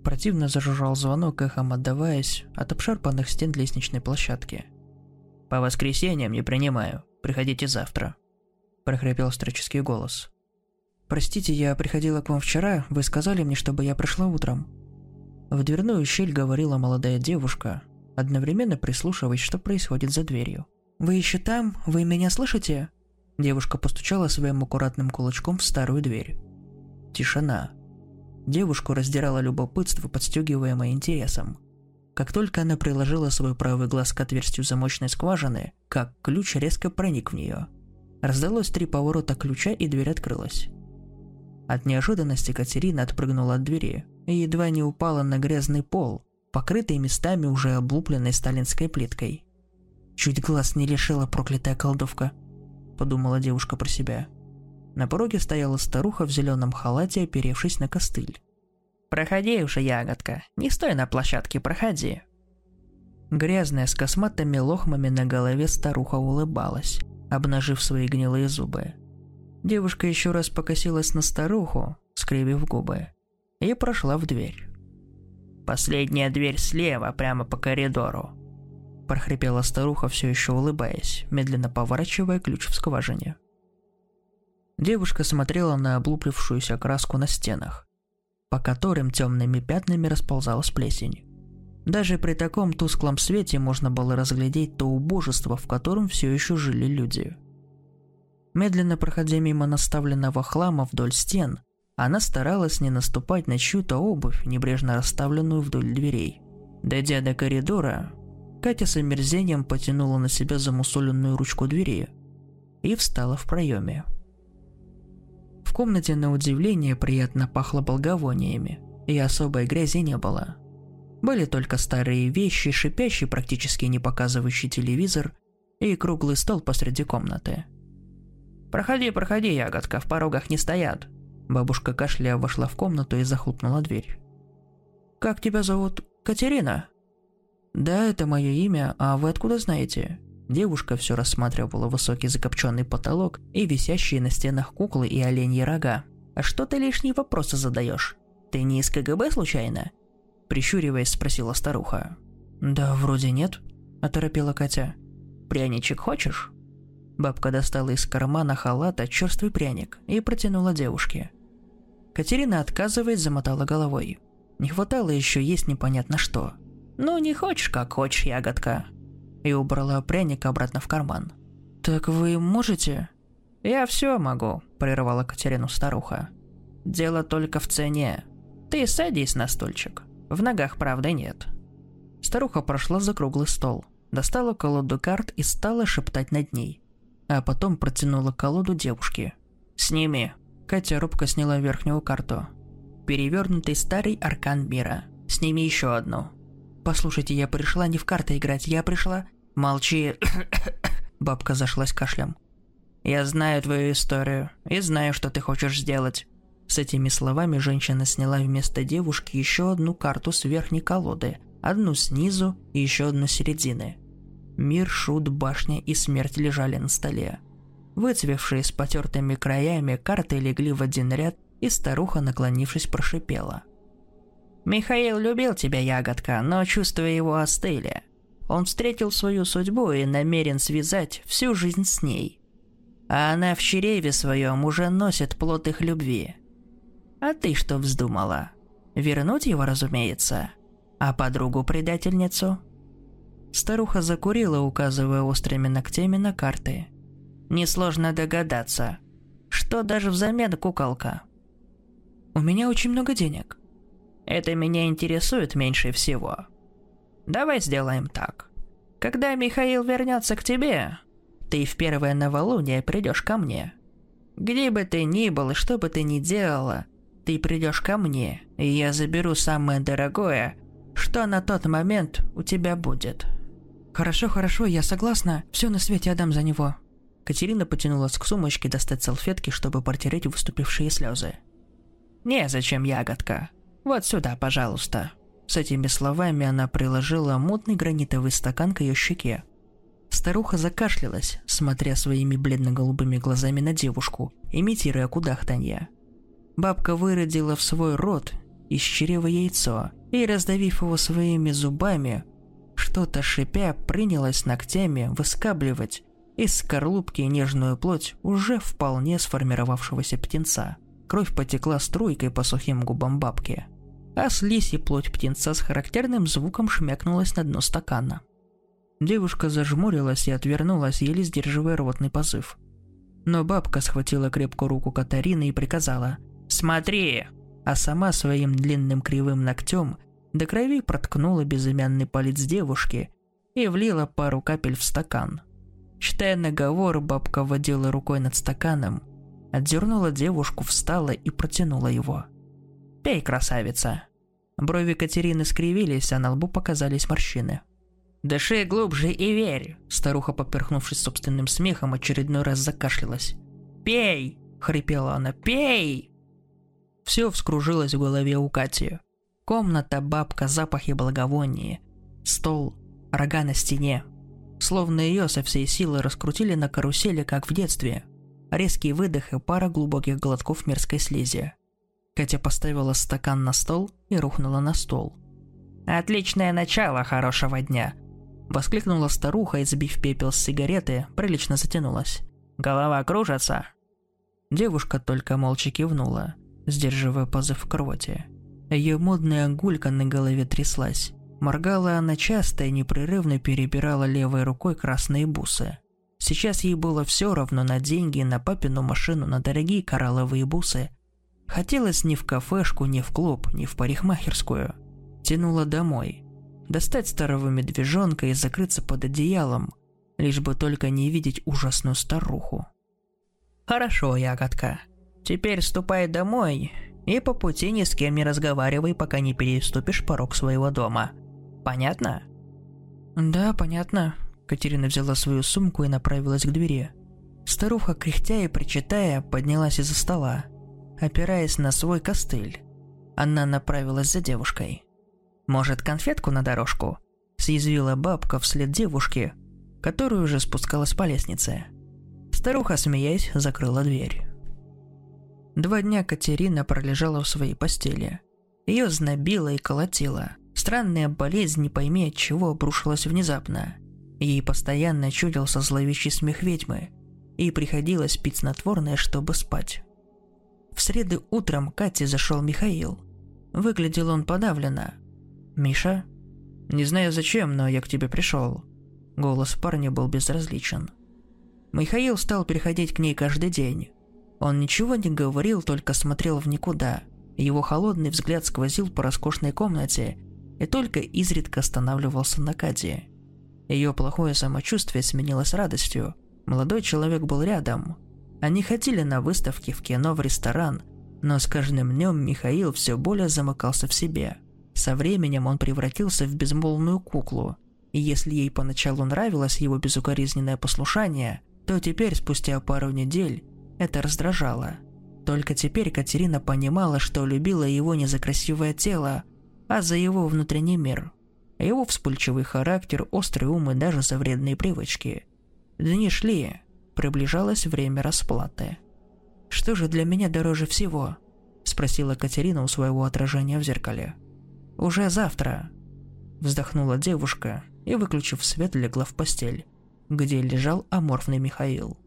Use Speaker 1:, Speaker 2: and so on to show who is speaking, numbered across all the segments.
Speaker 1: Противно зажужжал звонок, эхом отдаваясь от обшарпанных стен лестничной площадки. «По воскресеньям не принимаю. Приходите завтра», – прохрипел старческий голос. «Простите, я приходила к вам вчера, вы сказали мне, чтобы я пришла утром». В дверную щель говорила молодая девушка, одновременно прислушиваясь, что происходит за дверью. «Вы еще там? Вы меня слышите?» Девушка постучала своим аккуратным кулачком в старую дверь. Тишина. Девушку раздирало любопытство, подстегиваемое интересом. Как только она приложила свой правый глаз к отверстию замочной скважины, как ключ резко проник в нее. Раздалось 3 поворота ключа, и дверь открылась. От неожиданности Катерина отпрыгнула от двери и едва не упала на грязный пол, покрытый местами уже облупленной сталинской плиткой. «Чуть глаз не лишила проклятая колдовка», – подумала девушка про себя. На пороге стояла старуха в зеленом халате, оперевшись на костыль. «Проходи уже, ягодка, не стой на площадке, проходи». Грязная, с косматыми лохмами на голове старуха улыбалась, обнажив свои гнилые зубы. Девушка еще раз покосилась на старуху, скривив губы, и прошла в дверь. «Последняя дверь слева, прямо по коридору», – прохрипела старуха, все еще улыбаясь, медленно поворачивая ключ в скважине. Девушка смотрела на облуплившуюся краску на стенах, по которым темными пятнами расползалась плесень. Даже при таком тусклом свете можно было разглядеть то убожество, в котором все еще жили люди. Медленно проходя мимо наставленного хлама вдоль стен, она старалась не наступать на чью-то обувь, небрежно расставленную вдоль дверей. Дойдя до коридора, Катя с омерзением потянула на себя замусоленную ручку двери и встала в проеме. В комнате, на удивление, приятно пахло благовониями, и особой грязи не было. Были только старые вещи, шипящий, практически не показывающий телевизор, и круглый стол посреди комнаты. «Проходи, проходи, ягодка, в порогах не стоят». Бабушка кашляя вошла в комнату и захлопнула дверь. «Как тебя зовут? Катерина?» «Да, это мое имя, а вы откуда знаете?» Девушка все рассматривала высокий закопченный потолок и висящие на стенах куклы и оленьи рога. «А что ты лишние вопросы задаешь? Ты не из КГБ случайно?» Прищуриваясь, спросила старуха. «Да вроде нет», – оторопела Катя. «Пряничек хочешь?» Бабка достала из кармана халата черствый пряник и протянула девушке. Катерина, отказываясь, замотала головой. Не хватало еще есть непонятно что. «Ну, не хочешь, как хочешь, ягодка». И убрала пряник обратно в карман. «Так вы можете?» «Я все могу», – прервала Катерину старуха. «Дело только в цене. Ты садись на стульчик. В ногах, правда, нет». Старуха прошла за круглый стол, достала колоду карт и стала шептать над ней. А потом протянула колоду девушке. «Сними». Катя робко сняла верхнюю карту. «Перевернутый старый аркан мира. Сними еще одну». «Послушайте, я пришла не в карты играть, я пришла...» «Молчи!» Бабка зашлась кашлем. «Я знаю твою историю и знаю, что ты хочешь сделать». С этими словами женщина сняла вместо девушки еще одну карту с верхней колоды, одну снизу и еще одну с середины. Мир, шут, башня и смерть лежали на столе. Выцвевшие с потертыми краями карты легли в один ряд, и старуха, наклонившись, прошипела. «Михаил любил тебя, ягодка, но чувства его остыли. Он встретил свою судьбу и намерен связать всю жизнь с ней. А она в чреве своем уже носит плод их любви. А ты что вздумала? Вернуть его, разумеется. А подругу-предательницу?» Старуха закурила, указывая острыми ногтями на карты. «Несложно догадаться, что даже взамен куколка». «У меня очень много денег». «Это меня интересует меньше всего. Давай сделаем так. Когда Михаил вернется к тебе, ты в первое новолуние придешь ко мне. Где бы ты ни был и что бы ты ни делала, ты придешь ко мне, и я заберу самое дорогое, что на тот момент у тебя будет».
Speaker 2: «Хорошо, хорошо, я согласна. Все на свете отдам за него».
Speaker 1: Катерина потянулась к сумочке достать салфетки, чтобы протереть выступившие слезы. «Незачем, ягодка. Вот сюда, пожалуйста». С этими словами она приложила мутный гранитовый стакан к ее щеке. Старуха закашлялась, смотря своими бледно-голубыми глазами на девушку, имитируя кудахтанье. Бабка выродила в свой рот из чрева яйцо и, раздавив его своими зубами, что-то шипя, принялась ногтями выскабливать из скорлупки нежную плоть уже вполне сформировавшегося птенца. Кровь потекла струйкой по сухим губам бабки, а слизь и плоть птенца с характерным звуком шмякнулась на дно стакана. Девушка зажмурилась и отвернулась, еле сдерживая рвотный позыв. Но бабка схватила крепкую руку Катарины и приказала: «Смотри!», а сама своим длинным кривым ногтем до крови проткнула безымянный палец девушки и влила пару капель в стакан. Читая наговор, бабка водила рукой над стаканом, отдернула девушку, встала и протянула его. «Пей, красавица!» Брови Катерины скривились, а на лбу показались морщины. «Дыши глубже и верь!» Старуха, поперхнувшись собственным смехом, очередной раз закашлялась. «Пей!» — хрипела она. «Пей!» Все вскружилось в голове у Кати. Комната, бабка, запахи благовония, стол, рога на стене. Словно ее со всей силы раскрутили на карусели, как в детстве. Резкий выдох и пара глубоких глотков мерзкой слизи. Катя поставила стакан на стол и рухнула на стол. «Отличное начало хорошего дня!» Воскликнула старуха и, сбив пепел с сигареты, прилично затянулась. «Голова кружится?» Девушка только молча кивнула, сдерживая позыв к рвоте. Ее модная гулька на голове тряслась. Моргала она часто и непрерывно перебирала левой рукой красные бусы. Сейчас ей было все равно на деньги, на папину машину, на дорогие коралловые бусы. Хотелось ни в кафешку, ни в клуб, ни в парикмахерскую. Тянула домой. Достать старого медвежонка и закрыться под одеялом, лишь бы только не видеть ужасную старуху. «Хорошо, ягодка. Теперь ступай домой и по пути ни с кем не разговаривай, пока не переступишь порог своего дома. Понятно?»
Speaker 2: «Да, понятно». Катерина взяла свою сумку и направилась к двери.
Speaker 1: Старуха, кряхтя и причитая, поднялась из-за стола. Опираясь на свой костыль, она направилась за девушкой. «Может, конфетку на дорожку?» – съязвила бабка вслед девушке, которая уже спускалась по лестнице. Старуха, смеясь, закрыла дверь. 2 дня Катерина пролежала в своей постели. Ее знобило и колотило. Странная болезнь, не пойми от чего, обрушилась внезапно. Ей постоянно чудился зловещий смех ведьмы, и приходилось пить снотворное, чтобы спать. В среду утром к Кате зашел Михаил. Выглядел он подавленно. «Миша?» «Не знаю зачем, но я к тебе пришел». Голос парня был безразличен. Михаил стал приходить к ней каждый день. Он ничего не говорил, только смотрел в никуда. Его холодный взгляд сквозил по роскошной комнате и только изредка останавливался на Кате. Ее плохое самочувствие сменилось радостью. Молодой человек был рядом. Они ходили на выставки, в кино, в ресторан, но с каждым днем Михаил все более замыкался в себе. Со временем он превратился в безмолвную куклу, и если ей поначалу нравилось его безукоризненное послушание, то теперь, спустя пару недель, это раздражало. Только теперь Катерина понимала, что любила его не за красивое тело, а за его внутренний мир. Его вспыльчивый характер, острый ум и даже за вредные привычки. Дни шли, приближалось время расплаты.
Speaker 2: «Что же для меня дороже всего?» – спросила Катерина у своего отражения в зеркале.
Speaker 1: «Уже завтра», – вздохнула девушка и, выключив свет, легла в постель, где лежал аморфный Михаил.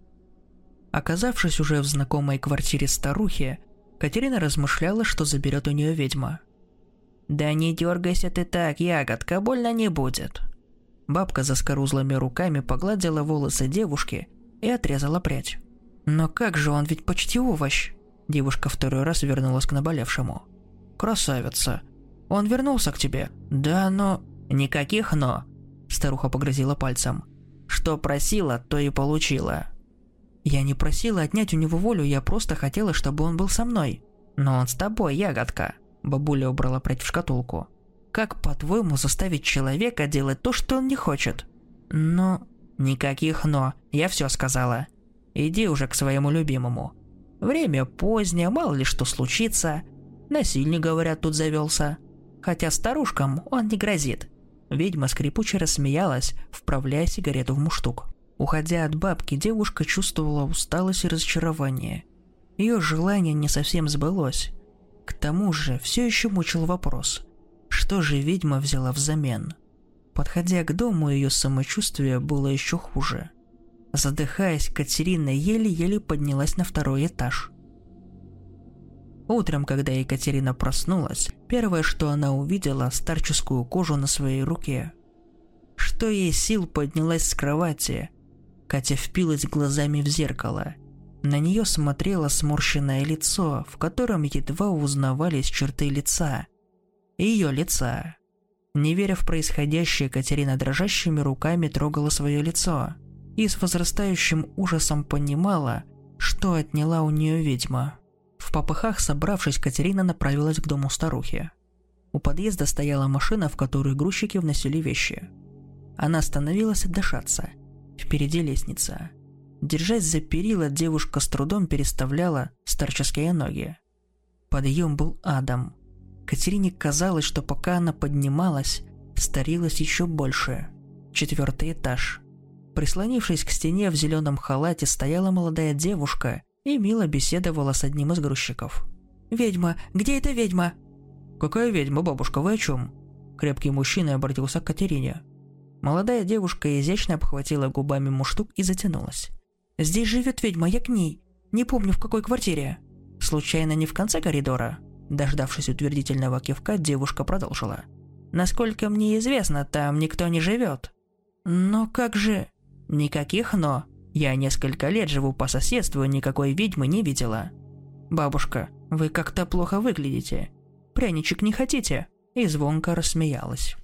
Speaker 1: Оказавшись уже в знакомой квартире старухи, Катерина размышляла, что заберет у нее ведьма. «Да не дергайся ты так, ягодка, больно не будет». Бабка заскорузлыми руками погладила волосы девушки и отрезала прядь.
Speaker 2: «Но как же, он ведь почти овощ!»
Speaker 1: Девушка второй раз вернулась к наболевшему. «Красавица! Он вернулся к тебе?» «Да, но...» «Никаких «но», — старуха погрозила пальцем. «Что просила, то и получила».
Speaker 2: «Я не просила отнять у него волю, я просто хотела, чтобы он был со мной».
Speaker 1: «Но он с тобой, ягодка», — бабуля убрала прядь в шкатулку. «Как, по-твоему, заставить человека делать то, что он не хочет?» «Но...» «Никаких «но», я все сказала. Иди уже к своему любимому. Время позднее, мало ли что случится. Насильник, говорят, тут завелся. Хотя старушкам он не грозит». Ведьма скрипуче рассмеялась, вправляя сигарету в мундштук. Уходя от бабки, девушка чувствовала усталость и разочарование. Ее желание не совсем сбылось.
Speaker 2: К тому же все еще мучил вопрос, что же ведьма взяла взамен. Подходя к дому, ее самочувствие было еще хуже. Задыхаясь, Катерина еле-еле поднялась на 2-й этаж. Утром, когда Екатерина проснулась, первое, что она увидела, старческую кожу на своей руке. Что ей сил, поднялась с кровати. Катя впилась глазами в зеркало. На нее смотрело сморщенное лицо, в котором едва узнавались черты лица. Ее лица. Не веря в происходящее, Катерина дрожащими руками трогала свое лицо и с возрастающим ужасом понимала, что отняла у нее ведьма. В попыхах собравшись, Катерина направилась к дому старухи. У подъезда стояла машина, в которую грузчики вносили вещи. Она остановилась отдышаться. Впереди лестница. Держась за перила, девушка с трудом переставляла старческие ноги. Подъем был адом. Катерине казалось, что пока она поднималась, старилась еще больше. 4-й этаж. Прислонившись к стене в зеленом халате, стояла молодая девушка и мило беседовала с одним из грузчиков. «Ведьма! Где эта ведьма?» «Какая ведьма, бабушка, вы о чем?» Крепкий мужчина обратился к Катерине. Молодая девушка изящно обхватила губами мундштук и затянулась. «Здесь живет ведьма, я к ней. Не помню, в какой квартире. Случайно не в конце коридора?» Дождавшись утвердительного кивка, девушка продолжила. «Насколько мне известно, там никто не живет». «Но как же...» «Никаких «но». Я несколько лет живу по соседству, никакой ведьмы не видела». «Бабушка, вы как-то плохо выглядите. Пряничек не хотите?» И звонко рассмеялась.